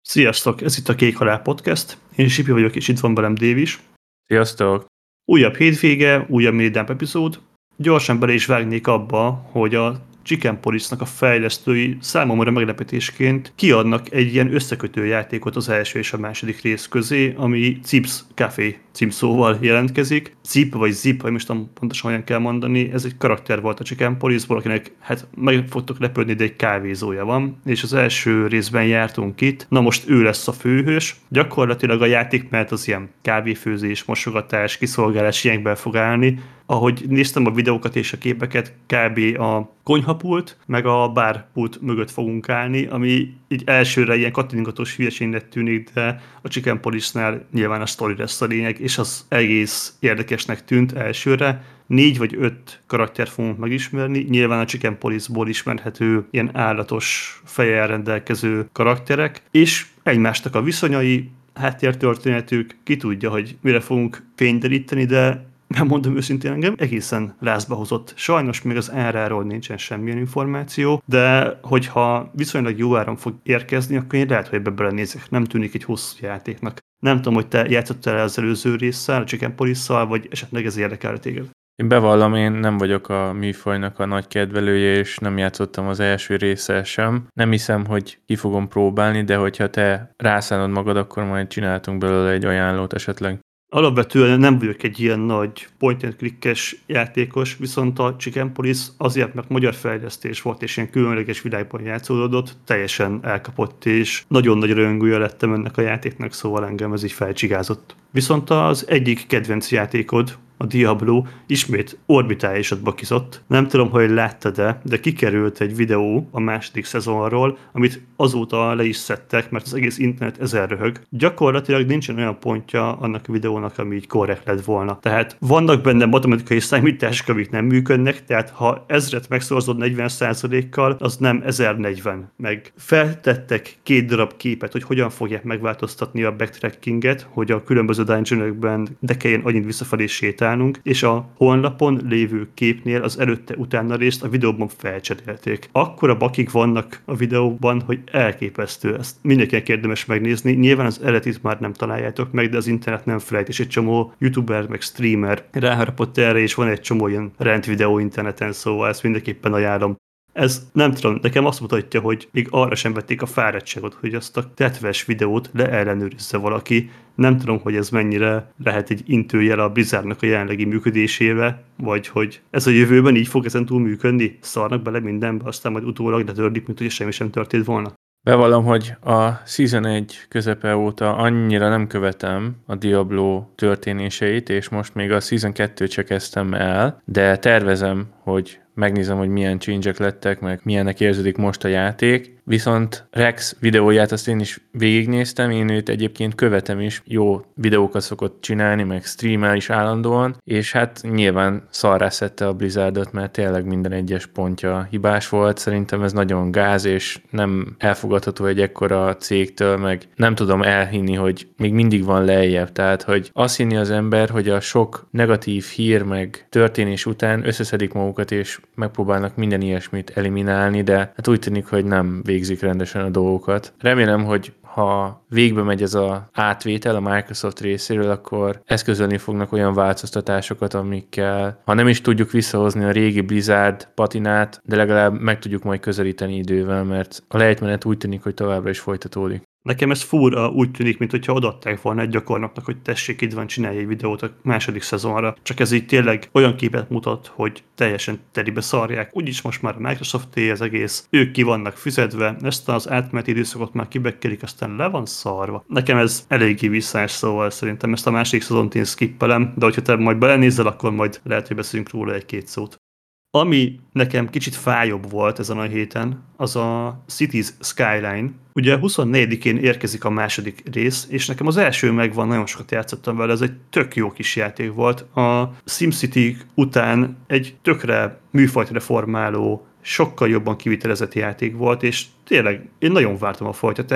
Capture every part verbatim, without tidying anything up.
Sziasztok! Ez itt a Kék Halál Podcast. Én Sipi vagyok, és itt van velem Dév is. Sziasztok! Újabb hétvége, újabb mini-dump epizód. Gyorsan bele is vágnék abba, hogy a Chicken Police-nak a fejlesztői számomra meglepetésként kiadnak egy ilyen összekötő játékot az első és a második rész közé, ami Zips Café címszóval jelentkezik. Zip vagy Zip, vagy most nem pontosan olyan kell mondani, ez egy karakter volt a Chicken Police-ból, akinek hát meg fogtok lepődni, de egy kávézója van, és az első részben jártunk itt. Na most ő lesz a főhős. Gyakorlatilag a játék, mert az ilyen kávéfőzés, mosogatás, kiszolgálás ilyenekben fog állni. Ahogy néztem a videókat és a képeket, kb. A konyhapult, meg a bárpult mögött fogunk állni, ami így elsőre ilyen kattingatós hülyeségnek tűnik, de a Chicken Police-nál nyilván a sztori lesz a lényeg, és az egész érdekesnek tűnt elsőre. Négy vagy öt karaktert fogunk megismerni, nyilván a Chicken Police-ból ismerhető ilyen állatos fejjel rendelkező karakterek, és egymástak a viszonyai, háttértörténetük, ki tudja, hogy mire fogunk fényderíteni, de nem mondom őszintén, engem egészen lázba hozott. Sajnos még az áráról nincsen semmilyen információ, de hogyha viszonylag jó áron fog érkezni, akkor én lehet, hogy ebbe belenézek. Nem tűnik egy hosszú játéknak. Nem tudom, hogy te játszottál az előző résszel, a Chicken Police-szal, vagy esetleg ez érdekel téged. Én bevallom, én nem vagyok a műfajnak a nagy kedvelője, és nem játszottam az első résszel sem. Nem hiszem, hogy ki fogom próbálni, de hogyha te rászánod magad, akkor majd csináltunk belőle egy ajánlót esetleg. Alapvetően nem vagyok egy ilyen nagy point-and-click-es játékos, viszont a Chicken Police azért, mert magyar fejlesztés volt, és ilyen különleges világban játszódott, teljesen elkapott, és nagyon nagy rajongója lettem ennek a játéknak, szóval engem ez így felcsigázott. Viszont az egyik kedvenc játékod, a Diablo ismét orbitálisodba kizott. Nem tudom, hogy láttad-e, de kikerült egy videó a második szezonról, amit azóta le is szedtek, mert az egész internet ezen röhög. Gyakorlatilag nincsen olyan pontja annak a videónak, ami így korrekt lett volna. Tehát vannak benne matematikai számítások, amik nem működnek, tehát ha ezret megszorzod negyven százalékkal, az nem ezernegyven. Meg feltettek két darab képet, hogy hogyan fogják megváltoztatni a backtrackinget, hogy a különböző dungeonökben ne kelljen annyit visszafelé sétálnunk, és a honlapon lévő képnél az előtte-utána részt a videóban felcserélték. Akkora bakik vannak a videóban, hogy elképesztő. Ezt mindenkinek érdemes megnézni. Nyilván az eredetit már nem találjátok meg, de az internet nem felejt, és egy csomó youtuber meg streamer ráharapott erre, és van egy csomó ilyen rend videó interneten, szóval ezt mindenképpen ajánlom. Ez nem tudom, nekem azt mutatja, hogy még arra sem vették a fáradtságot, hogy azt a tetves videót leellenőrizze valaki. Nem tudom, hogy ez mennyire lehet egy intőjel a Blizzardnak a jelenlegi működésébe, vagy hogy ez a jövőben így fog ezen túl működni, szarnak bele mindenbe, aztán majd utólag letördik, mint hogy semmi sem történt volna. Bevallom, hogy a Season egy közepe óta annyira nem követem a Diablo történéseit, és most még a Season kettőt se kezdtem el, de tervezem, hogy megnézem, hogy milyen change-ek lettek, meg milyennek érződik most a játék. Viszont Rex videóját azt én is végignéztem, én őt egyébként követem is, jó videókat szokott csinálni, meg streamel is állandóan, és hát nyilván szarrá szedte a Blizzardot, mert tényleg minden egyes pontja hibás volt. Szerintem ez nagyon gáz, és nem elfogadható egy ekkora cégtől, meg nem tudom elhinni, hogy még mindig van lejjebb. Tehát, hogy azt hinni az ember, hogy a sok negatív hír, meg történés után összeszedik magukat, és megpróbálnak minden ilyesmit eliminálni, de hát úgy tűnik, hogy nem végzik rendesen a dolgokat. Remélem, hogy ha végbe megy ez az átvétel a Microsoft részéről, akkor eszközölni fognak olyan változtatásokat, amikkel, ha nem is tudjuk visszahozni a régi Blizzard patinát, de legalább meg tudjuk majd közelíteni idővel, mert a lejtmenet úgy tűnik, hogy továbbra is folytatódik. Nekem ez fura úgy tűnik, mintha odaadták volna egy gyakornoknak, hogy tessék, itt van, csinálj egy videót a második szezonra. Csak ez így tényleg olyan képet mutat, hogy teljesen telibe szarják. Úgyis most már a Microsoft-é az egész, ők ki vannak fizetve, ezt az átmeneti időszakot már kibekkelik, aztán le van szarva. Nekem ez eléggé visszás, szóval szerintem ezt a második szezont én skippelem, de hogyha te majd belenézzel, akkor majd lehet, hogy beszélünk róla egy-két szót. Ami nekem kicsit fájóbb volt ezen a héten, az a Cities Skyline. Ugye huszonnegyedikén érkezik a második rész, és nekem az első megvan, nagyon sokat játszottam vele, ez egy tök jó kis játék volt. A SimCity után egy tökre műfajt reformáló, sokkal jobban kivitelezett játék volt, és tényleg én nagyon vártam a folytatást,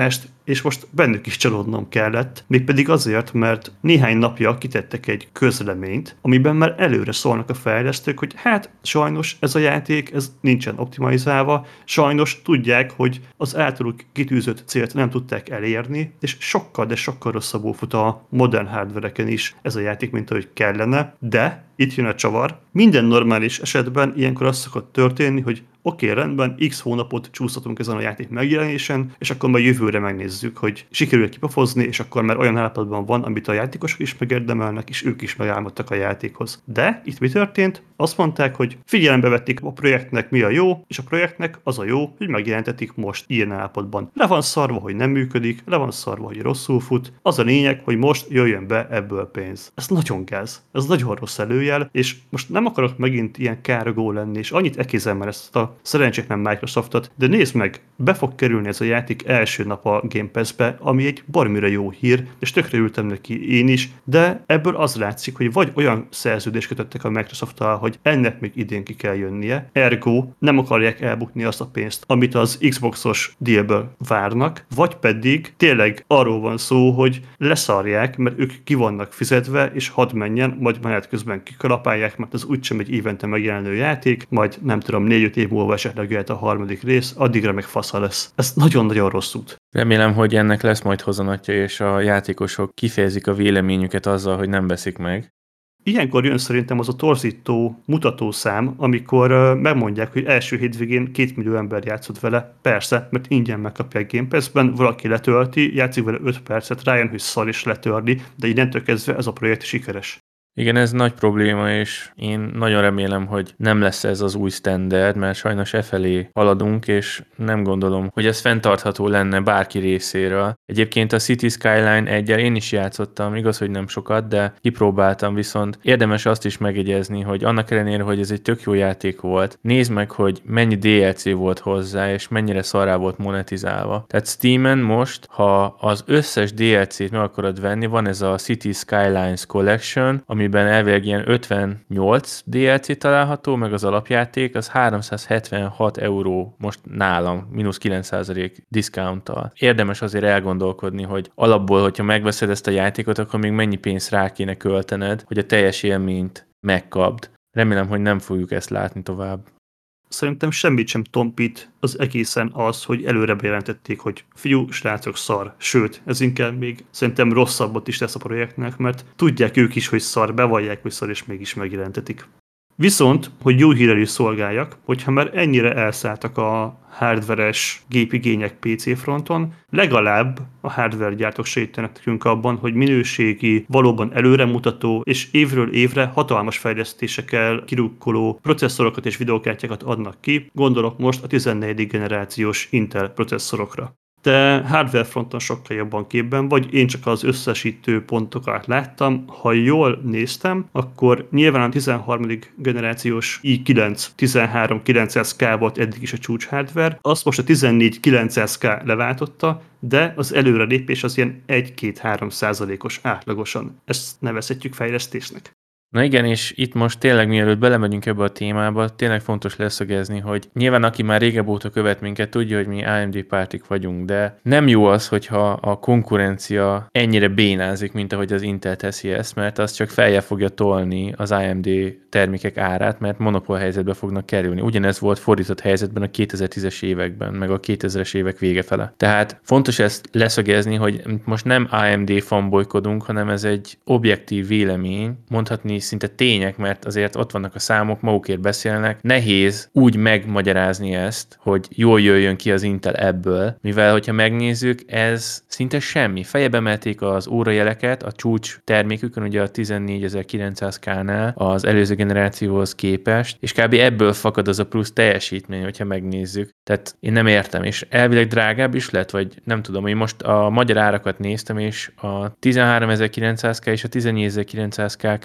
és most bennük is csalódnom kellett, mégpedig azért, mert néhány napja kitettek egy közleményt, amiben már előre szólnak a fejlesztők, hogy hát sajnos ez a játék ez nincsen optimalizálva, sajnos tudják, hogy az általuk kitűzött célt nem tudták elérni, és sokkal, de sokkal rosszabbul fut a modern hardvereken is ez a játék, mint ahogy kellene, de itt jön a csavar. Minden normális esetben ilyenkor az szokott történni, hogy oké, okay, rendben, x hónapot csúszhatunk ezen a játék megjelenésen, és akkor majd jövőre megnézzük, hogy sikerül kipofozni, és akkor már olyan állapotban van, amit a játékosok is megérdemelnek, és ők is megálmodtak a játékhoz. De itt mi történt? Azt mondták, hogy figyelembe vették a projektnek mi a jó, és a projektnek az a jó, hogy megjelentetik most ilyen állapotban. Le van szarva, hogy nem működik, le van szarva, hogy rosszul fut. Az a lényeg, hogy most jöjjön be ebből pénz. Ez nagyon gáz. Ez nagyon rossz előjel, és most nem akarok megint ilyen kárgó lenni, és annyit ekézem már ezt a szerencsétlen Microsoftot, de nézd meg, be fog kerülni ez a játék első nap a Game Pass-be, ami egy baromira jó hír, és tökre ültem neki én is, de ebből az látszik, hogy vagy olyan szerződést kötöttek a Microsofttal, hogy ennek még idén ki kell jönnie, ergo nem akarják elbukni azt a pénzt, amit az Xboxos dealből várnak, vagy pedig tényleg arról van szó, hogy leszarják, mert ők ki vannak fizetve, és hadd menjen, majd menet közben kikalapálják, mert az úgysem egy évente megjelenő játék, majd nem tudom, négy-öt év múlva esetleg jöhet a harmadik rész, addigra meg fasza lesz. Ez nagyon-nagyon rossz út. Remélem, hogy ennek lesz majd hozanatja, és a játékosok kifejezik a véleményüket azzal, hogy nem veszik meg. Ilyenkor jön szerintem az a torzító mutatószám, amikor uh, megmondják, hogy első hétvégén két millió ember játszott vele. Persze, mert ingyen megkapják Game Pass-ben, valaki letölti, játszik vele öt percet, rájön, hogy szar is letörni, de innentől kezdve ez a projekt sikeres. Igen, ez nagy probléma, és én nagyon remélem, hogy nem lesz ez az új standard, mert sajnos e felé haladunk, és nem gondolom, hogy ez fenntartható lenne bárki részéről. Egyébként a City Skyline egyel én is játszottam, igaz, hogy nem sokat, de kipróbáltam, viszont érdemes azt is megjegyezni, hogy annak ellenére, hogy ez egy tök jó játék volt, nézd meg, hogy mennyi dé el cé volt hozzá, és mennyire szarrá volt monetizálva. Tehát Steamen most, ha az összes dé el cét meg akarod venni, van ez a City Skylines Collection, ami amiben elvileg ilyen ötvennyolc dé el cé található, meg az alapjáték, az háromszázhetvenhat euró most nálam, mínusz kilenc százalék diszkáunttal. Érdemes azért elgondolkodni, hogy alapból, hogyha megveszed ezt a játékot, akkor még mennyi pénzt rá kéne költened, hogy a teljes élményt megkapd. Remélem, hogy nem fogjuk ezt látni tovább. Szerintem semmit sem tompít az egészen az, hogy előre bejelentették, hogy fiú, srácok, szar. Sőt, ez inkább még szerintem rosszabbot is lesz a projektnek, mert tudják ők is, hogy szar, bevallják, hogy szar, és mégis megjelentetik. Viszont, hogy jó hírrel is szolgáljak, hogyha már ennyire elszálltak a hardveres gépigények pé cé fronton, legalább a hardware gyártók segítenek nekünk abban, hogy minőségi, valóban előremutató és évről évre hatalmas fejlesztésekkel kirukkoló processzorokat és videókártyákat adnak ki. Gondolok most a tizennegyedik generációs Intel processzorokra. De hardware fronton sokkal jobban képben vagy, én csak az összesítő pontokat láttam. Ha jól néztem, akkor nyilván a tizenharmadik generációs i kilenc tizenhárom kilencszáz ká volt eddig is a csúcs hardware, azt most a tizennégy kilencszáz ká leváltotta, de az előrelépés az ilyen egy-két-három százalékos átlagosan. Ezt nevezhetjük fejlesztésnek. Na igen, és itt most tényleg mielőtt belemegyünk ebbe a témába, tényleg fontos leszögezni, hogy nyilván aki már régebb óta követ minket, tudja, hogy mi á em dé pártik vagyunk, de nem jó az, hogyha a konkurencia ennyire bénázik, mint ahogy az Intel teszi ezt, mert az csak feljebb fogja tolni az á em dé termékek árát, mert monopól helyzetbe fognak kerülni. Ugyanez volt fordított helyzetben a kétezer-tízes években, meg a kétezres évek vége fele. Tehát fontos ezt leszögezni, hogy most nem á em dé fanbolykodunk, hanem ez egy objektív vélemény, mondhatni szinte tények, mert azért ott vannak a számok, magukért beszélnek. Nehéz úgy megmagyarázni ezt, hogy jól jöjjön ki az Intel ebből, mivel hogyha megnézzük, ez szinte semmi. Fejebe emelték az órajeleket a csúcs termékükön, ugye a tizennégyezer-kilencszáz ká-nál az előző generációhoz képest, és kb. Ebből fakad az a plusz teljesítmény, hogyha megnézzük. Tehát én nem értem, és elvileg drágább is lett, vagy nem tudom, én most a magyar árakat néztem, és a tizenháromezer-kilencszáz ká és a tizennégy-kilencszáz ká között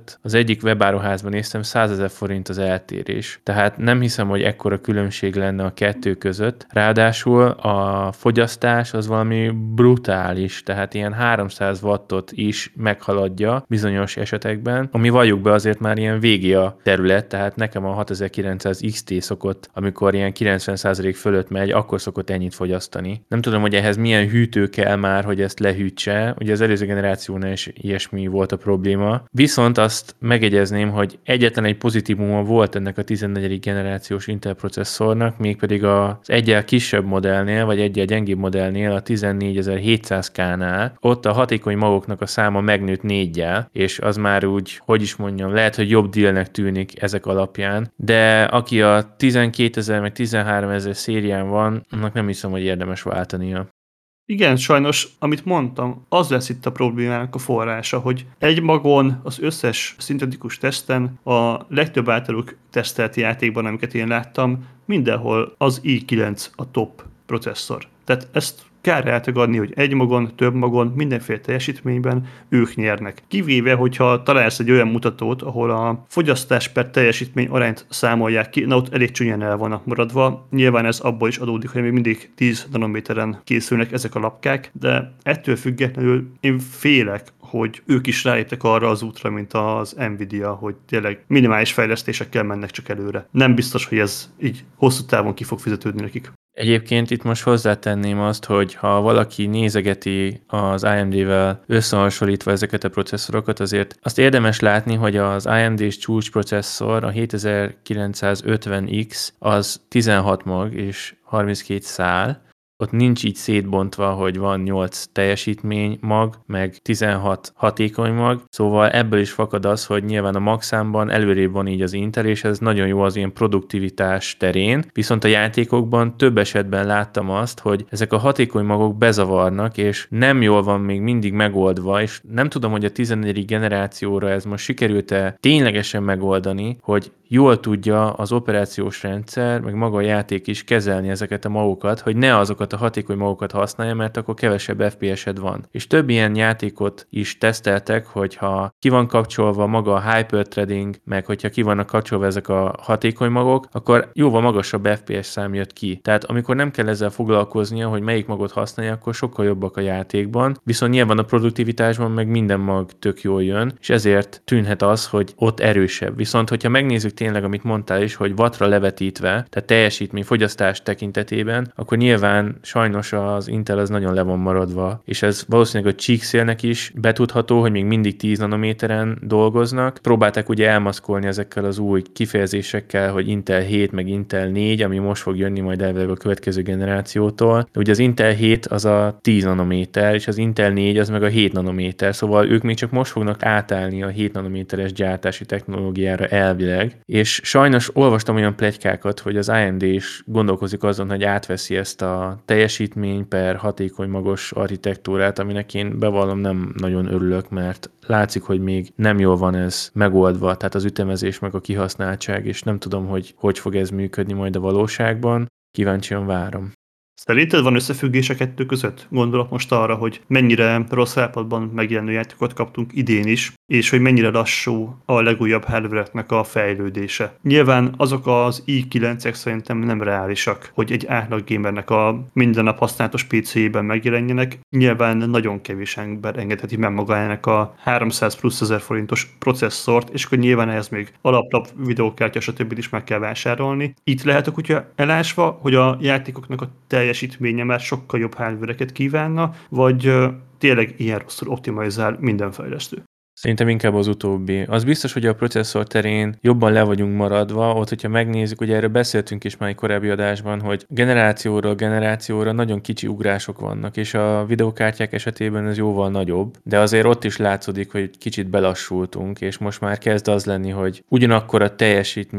árát. Az egyik webáruházban néztem, százezer forint az eltérés. Tehát nem hiszem, hogy ekkora különbség lenne a kettő között. Ráadásul a fogyasztás az valami brutális, tehát ilyen háromszáz wattot is meghaladja bizonyos esetekben, ami valljuk be azért már ilyen végi a terület, tehát nekem a hatezer-kilencszáz iksz té szokott, amikor ilyen kilencven százalék fölött megy, akkor szokott ennyit fogyasztani. Nem tudom, hogy ehhez milyen hűtő kell már, hogy ezt lehűtse. Ugye az előző generációnál is ilyesmi volt a probléma. Viszont azt megegyezném, hogy egyetlen egy pozitívuma volt ennek a tizennegyedik generációs Intel processzornak, mégpedig az egyel kisebb modellnél, vagy egyel gyengébb modellnél, a tizennégyezer-hétszáz ká-nál, ott a hatékony magoknak a száma megnőtt négyel, és az már úgy, hogy is mondjam, lehet, hogy jobb dealnek tűnik ezek alapján, de aki a tizenkétezer meg tizenháromezer szérián van, annak nem hiszem, hogy érdemes váltania. Igen, sajnos, amit mondtam, az lesz itt a problémának a forrása, hogy egy magon az összes szintetikus teszten, a legtöbb általuk tesztelt játékban, amiket én láttam, mindenhol az i kilenc a top processzor. Tehát ezt kár eltagadni, hogy egy magon, több magon, mindenféle teljesítményben ők nyernek. Kivéve, hogyha találsz egy olyan mutatót, ahol a fogyasztás per teljesítmény arányt számolják ki, na ott elég csúnyán el vannak maradva. Nyilván ez abból is adódik, hogy még mindig tíz nanométeren készülnek ezek a lapkák, de ettől függetlenül én félek, hogy ők is ráéptek arra az útra, mint az Nvidia, hogy tényleg minimális fejlesztésekkel mennek csak előre. Nem biztos, hogy ez így hosszú távon ki fog fizetődni nekik. Egyébként itt most hozzátenném azt, hogy ha valaki nézegeti az á em dé-vel összehasonlítva ezeket a processzorokat, azért azt érdemes látni, hogy az á em dés csúcsprocesszor, a hétezer-kilencszázötven iksz, az tizenhat mag és harminckét szál, ott nincs így szétbontva, hogy van nyolc teljesítmény mag, meg tizenhat hatékony mag, szóval ebből is fakad az, hogy nyilván a magszámban előrébb van így az Intel, és ez nagyon jó az ilyen produktivitás terén, viszont a játékokban több esetben láttam azt, hogy ezek a hatékony magok bezavarnak, és nem jól van még mindig megoldva, és nem tudom, hogy a tizennegyedik generációra ez most sikerült-e ténylegesen megoldani, hogy jól tudja az operációs rendszer, meg maga a játék is kezelni ezeket a magokat, hogy ne azokat a hatékony magokat használja, mert akkor kevesebb ef pé es-ed van. És több ilyen játékot is teszteltek, hogyha ki van kapcsolva maga a hyperthreading, meg hogyha ki vannak kapcsolva ezek a hatékony magok, akkor jóval magasabb ef pé es szám jött ki. Tehát amikor nem kell ezzel foglalkoznia, hogy melyik magot használja, akkor sokkal jobbak a játékban. Viszont nyilván a produktivitásban meg minden mag tök jól jön, és ezért tűnhet az, hogy ott erősebb. Viszont hogyha megnézzük tényleg, amit mondtál is, hogy wattra levetítve, tehát teljesítmény, fogyasztás tekintetében, akkor nyilván sajnos az Intel az nagyon le van maradva, és ez valószínűleg a csíkszélnek is betudható, hogy még mindig tíz nanométeren dolgoznak. Próbálták ugye elmaszkolni ezekkel az új kifejezésekkel, hogy Intel hét, meg Intel négy, ami most fog jönni majd elvileg a következő generációtól. De ugye az Intel hét az a tíz nanométer, és az Intel négy az meg a hét nanométer, szóval ők még csak most fognak átállni a hét nanométeres gyártási technológiára elvileg, és sajnos olvastam olyan pletykákat, hogy az á em dé is gondolkozik azon, hogy átveszi ezt a teljesítmény per hatékony magos architektúrát, aminek én bevallom nem nagyon örülök, mert látszik, hogy még nem jól van ez megoldva, tehát az ütemezés meg a kihasználtság, és nem tudom, hogy hogy fog ez működni majd a valóságban. Kíváncsian várom. Szerinted van összefüggés a kettő között? Gondolok most arra, hogy mennyire rossz állapotban megjelenő játékokat kaptunk idén is, és hogy mennyire lassú a legújabb hardware-eknek a fejlődése. Nyilván azok az i kilencek szerintem nem reálisak, hogy egy átlag gamernek a minden nap használatos pé cé-ben megjelenjenek. Nyilván nagyon kevés ember engedheti meg magának a háromszáz plusz ezer forintos processzort, és akkor nyilván ehhez még alaplap, videókártya, stb. Is meg kell vásárolni. Itt lehet a kutya elásva, hogy a játékoknak a teljesítménye már sokkal jobb hardware-eket kívánna, vagy uh, tényleg ilyen rosszul optimalizál minden fejlesztő? Szerintem inkább az utóbbi. Az biztos, hogy a processzor terén jobban le vagyunk maradva, ott, hogyha megnézzük, ugye erről beszéltünk is már egy korábbi adásban, hogy generációról generációra nagyon kicsi ugrások vannak, és a videókártyák esetében ez jóval nagyobb, de azért ott is látszódik, hogy kicsit belassultunk, és most már kezd az lenni, hogy ugyanakkor a teljesítmény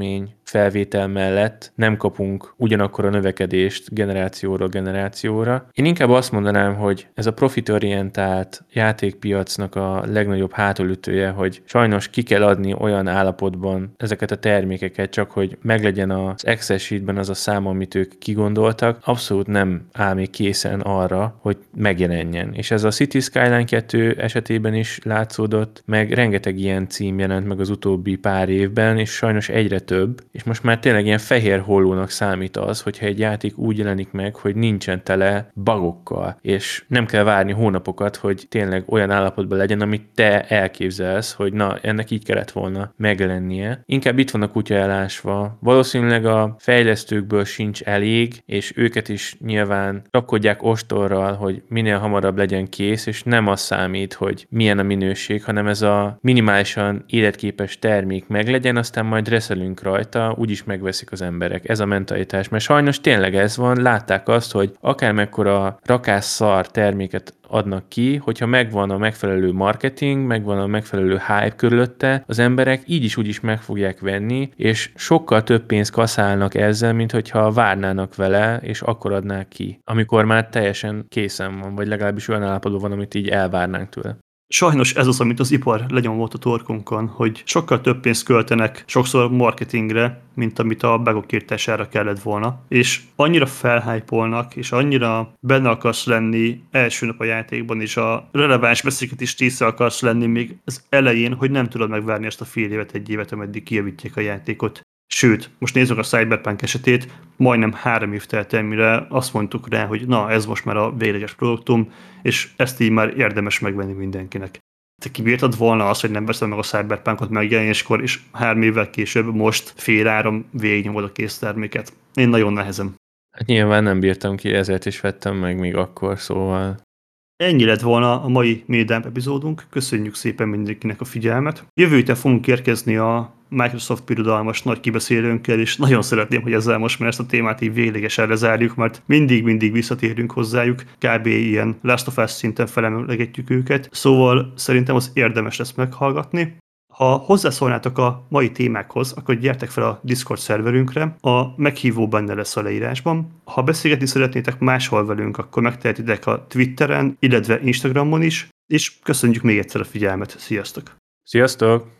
felvétel mellett nem kapunk ugyanakkor a növekedést generációról generációra. Én inkább azt mondanám, hogy ez a profitorientált játékpiacnak a legnagyobb hátulütője, hogy sajnos ki kell adni olyan állapotban ezeket a termékeket, csak hogy meglegyen az Excel sheetben az a szám, amit ők kigondoltak, abszolút nem áll még készen arra, hogy megjelenjen. És ez a City Skyline kettő esetében is látszódott, meg rengeteg ilyen cím jelent meg az utóbbi pár évben, és sajnos egyre több, és most már tényleg ilyen fehér hollónak számít az, hogyha egy játék úgy jelenik meg, hogy nincsen tele bugokkal, és nem kell várni hónapokat, hogy tényleg olyan állapotban legyen, amit te elképzelsz, hogy na, ennek így kellett volna meglennie. Inkább itt van a kutya elásva. Valószínűleg a fejlesztőkből sincs elég, és őket is nyilván kapkodják ostorral, hogy minél hamarabb legyen kész, és nem az számít, hogy milyen a minőség, hanem ez a minimálisan életképes termék meglegyen, aztán majd reszelünk rajta, úgyis megveszik az emberek. Ez a mentalitás. Mert sajnos tényleg ez van, látták azt, hogy akármekkora rakás szar terméket adnak ki, hogyha megvan a megfelelő marketing, megvan a megfelelő hype körülötte, az emberek így is úgy is meg fogják venni, és sokkal több pénzt kaszálnak ezzel, mint hogyha várnának vele, és akkor adnák ki, amikor már teljesen készen van, vagy legalábbis olyan állapotban van, amit így elvárnánk tőle. Sajnos ez az, amit az ipar lenyomott a torkunkon, hogy sokkal több pénzt költenek sokszor marketingre, mint amit a bugok írtására kellett volna. És annyira felhypolnak, és annyira benne akarsz lenni első nap a játékban, és a releváns beszélgetés tízszer akarsz lenni még az elején, hogy nem tudod megvárni ezt a fél évet, egy évet, ameddig kijavítják a játékot. Sőt, most nézzük a Cyberpunk esetét, majdnem három év telt el, mire azt mondtuk rá, hogy na, ez most már a végleges produktum, és ezt így már érdemes megvenni mindenkinek. Te kibírtad volna azt, hogy nem veszed meg a Cyberpunkot megjelenéskor, és három évvel később most fél áron végignyomod a kész terméket. Én nagyon nehezen. Hát nyilván nem bírtam ki, ezért is vettem meg még akkor, szóval... Ennyi lett volna a mai Médemp epizódunk. Köszönjük szépen mindenkinek a figyelmet. Jövő héten fogunk érkezni a Microsoft birodalmas nagy kibeszélőnkkel, és nagyon szeretném, hogy ezzel most már ezt a témát így véglegesen lezárjuk, mert mindig-mindig visszatérünk hozzájuk, kb. Ilyen Last of Us szinten felemlegetjük őket, szóval szerintem az érdemes lesz meghallgatni. Ha hozzászólnátok a mai témákhoz, akkor gyertek fel a Discord szerverünkre, a meghívó benne lesz a leírásban. Ha beszélgetni szeretnétek máshol velünk, akkor megtehetitek a Twitteren, illetve Instagramon is, és köszönjük még egyszer a figyelmet. Sziasztok! Sziasztok!